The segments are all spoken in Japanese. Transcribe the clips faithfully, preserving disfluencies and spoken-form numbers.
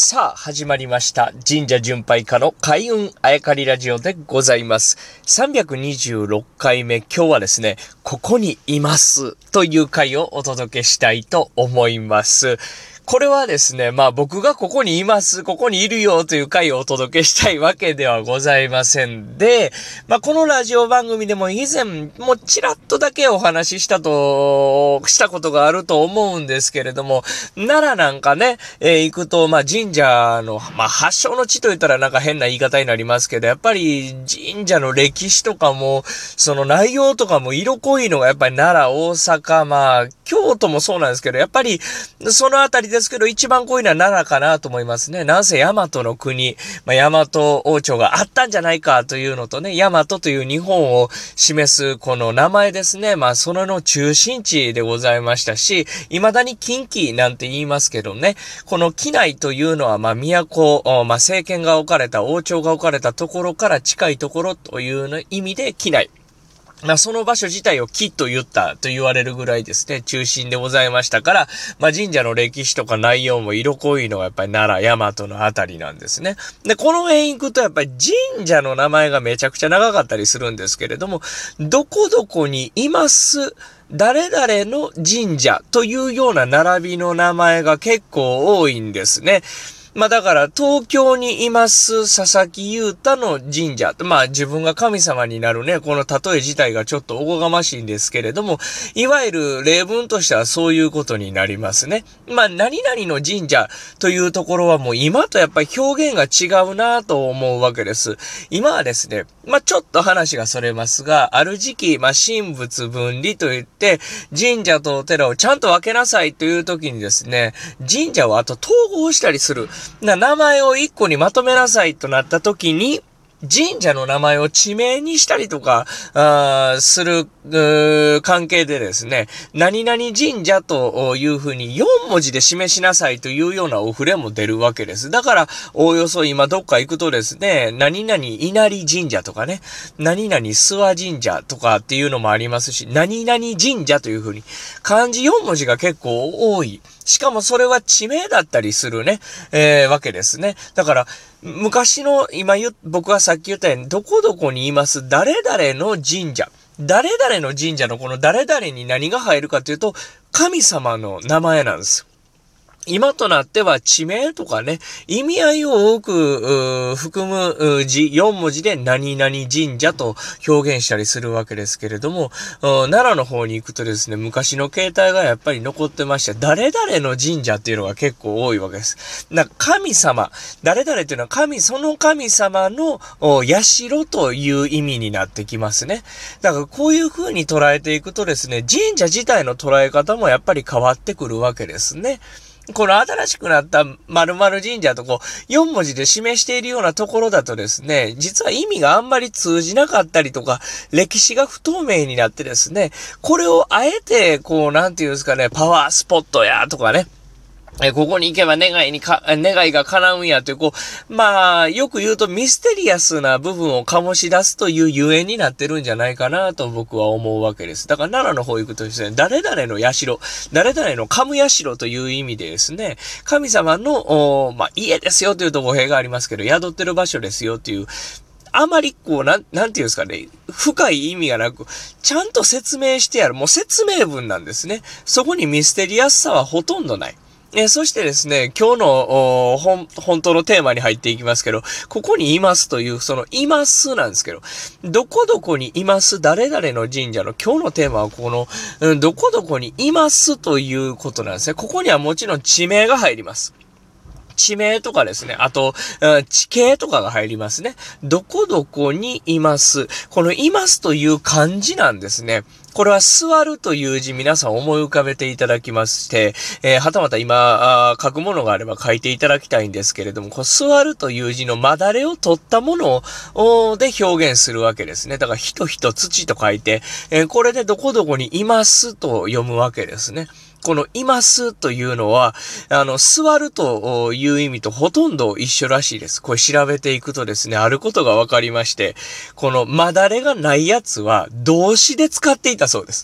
さあ、始まりました。神社巡拝家の開運あやかりラジオでございます。さんびゃくにじゅうろっかいめ、今日はですね、ここにいますという回をお届けしたいと思います。これはですね、まあ僕がここにいます、ここにいるよという回をお届けしたいわけではございませんで、まあこのラジオ番組でも以前もちらっとだけお話ししたと、したことがあると思うんですけれども、奈良なんかね、えー、行くと、まあ神社の、まあ発祥の地と言ったらなんか変な言い方になりますけど、やっぱり神社の歴史とかも、その内容とかも色濃いのがやっぱり奈良、大阪、まあ京都もそうなんですけど、やっぱりそのあたりでですけど一番濃いのは奈良かなと思いますね。なんせ大和の国、まあ、大和王朝があったんじゃないかというのとね、大和という日本を示すこの名前ですね。まあそのの中心地でございましたし、未だに近畿なんて言いますけどね、この畿内というのはまあ都、まあ政権が置かれた、王朝が置かれたところから近いところという意味で畿内。まあ、その場所自体を木と言ったと言われるぐらいですね、中心でございましたから、まあ、神社の歴史とか内容も色濃いのがやっぱり奈良、大和のあたりなんですね。で、この辺行くとやっぱり神社の名前がめちゃくちゃ長かったりするんですけれども、どこどこにいます、誰々の神社というような並びの名前が結構多いんですね。まあだから東京にいます佐々木優太の神社。まあ自分が神様になるね、この例え自体がちょっとおこがましいんですけれども、いわゆる例文としてはそういうことになりますね。まあ何々の神社というところはもう今とやっぱり表現が違うなと思うわけです。今はですね、まあちょっと話がそれますが、ある時期、まあ神仏分離といって神社とお寺をちゃんと分けなさいという時にですね、神社をあと統合したりする。な名前を一個にまとめなさいとなった時に、神社の名前を地名にしたりとか、あする、関係でですね、何々神社というふうによんもじで示しなさいというようなお触れも出るわけです。だから、おおよそ今どっか行くとですね、何々稲荷神社とかね、何々諏訪神社とかっていうのもありますし、何々神社というふうに、漢字よんもじが結構多い。しかもそれは地名だったりするね、えー、わけですね。だから、昔の、今言う、僕がさっき言ったように、どこどこにいます誰々の神社。誰々の神社のこの誰々に何が入るかというと、神様の名前なんです。今となっては地名とかね、意味合いを多く含む字、よんもじで何々神社と表現したりするわけですけれども、奈良の方に行くとですね、昔の形態がやっぱり残ってました。誰々の神社っていうのが結構多いわけです。だから神様、誰々っていうのは神、その神様の社という意味になってきますね。だからこういう風に捉えていくとですね、神社自体の捉え方もやっぱり変わってくるわけですね。この新しくなった〇〇神社とこうよんもじで示しているようなところだとですね、実は意味があんまり通じなかったりとか、歴史が不透明になってですね、これをあえてこうなんていうんですかね、パワースポットやとかね、え、ここに行けば願いにか、願いが叶うんやという、こう、まあ、よく言うとミステリアスな部分を醸し出すというゆえんになってるんじゃないかなと僕は思うわけです。だから奈良の方行くとですね、誰々の社、誰々の神社という意味でですね、神様の、まあ、家ですよというと語弊がありますけど、宿ってる場所ですよっていう、あまりこう、なん、なんていうんですかね、深い意味がなく、ちゃんと説明してやる。もう説明文なんですね。そこにミステリアスさはほとんどない。えー、そしてですね、今日の、本、本当のテーマに入っていきますけど、ここにいますという、その、いますなんですけど、どこどこにいます誰々の神社の今日のテーマはこの、うん、どこどこにいますということなんですね。ここにはもちろん地名が入ります。地名とかですね、あと、地形とかが入りますね。どこどこにいます。このいますという漢字なんですね。これは座るという字皆さん思い浮かべていただきまして、えー、はたまた今書くものがあれば書いていただきたいんですけれども、こう座るという字のまだれを取ったものをで表現するわけですね。だから人人土と書いて、えー、これでどこどこにいますと読むわけですね。このいますというのは、あの、座るという意味とほとんど一緒らしいです。これ調べていくとですね、あることが分かりまして、このまだれがないやつは動詞で使っていたそうです。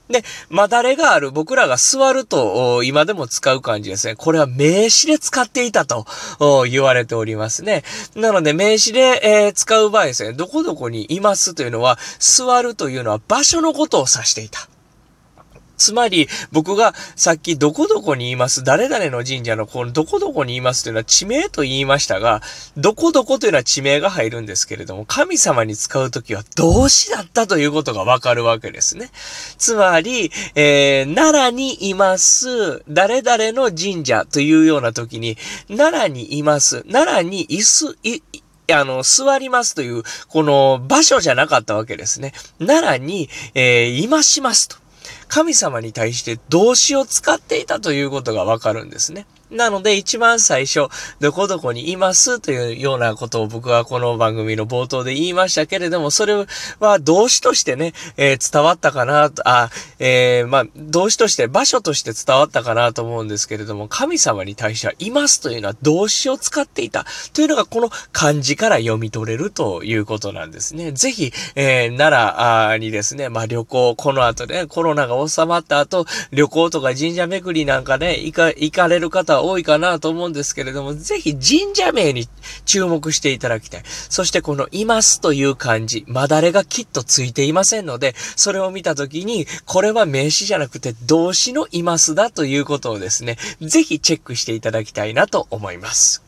で、まだれがある僕らが座ると今でも使う漢字ですね。これは名詞で使っていたと言われておりますね。なので名詞で、えー、使う場合ですね、どこどこにいますというのは、座るというのは場所のことを指していた。つまり、僕がさっきどこどこにいます、誰々の神社のこのどこどこにいますというのは地名と言いましたが、どこどこというのは地名が入るんですけれども、神様に使うときは動詞だったということがわかるわけですね。つまり、えー、奈良にいます、誰々の神社というようなときに、奈良にいます、奈良に椅子、い、あの、座りますという、この場所じゃなかったわけですね。奈良に、えー、いましますと。神様に対して動詞を使っていたということがわかるんですね。なので一番最初、どこどこにいますというようなことを僕はこの番組の冒頭で言いましたけれども、それは動詞としてね、えー、伝わったかなと、あ、えー、まあ、動詞として場所として伝わったかなと思うんですけれども、神様に対してはいますというのは動詞を使っていたというのがこの漢字から読み取れるということなんですね。ぜひ、えー、奈良にですね、まあ旅行、この後ね、コロナが収まった後、旅行とか神社巡りなんかね、行か、行かれる方多いかなと思うんですけれども、ぜひ神社名に注目していただきたい。そしてこのいますという漢字、まだれがきっとついていませんので、それを見たときに、これは名詞じゃなくて動詞のいますだということをですね、ぜひチェックしていただきたいなと思います。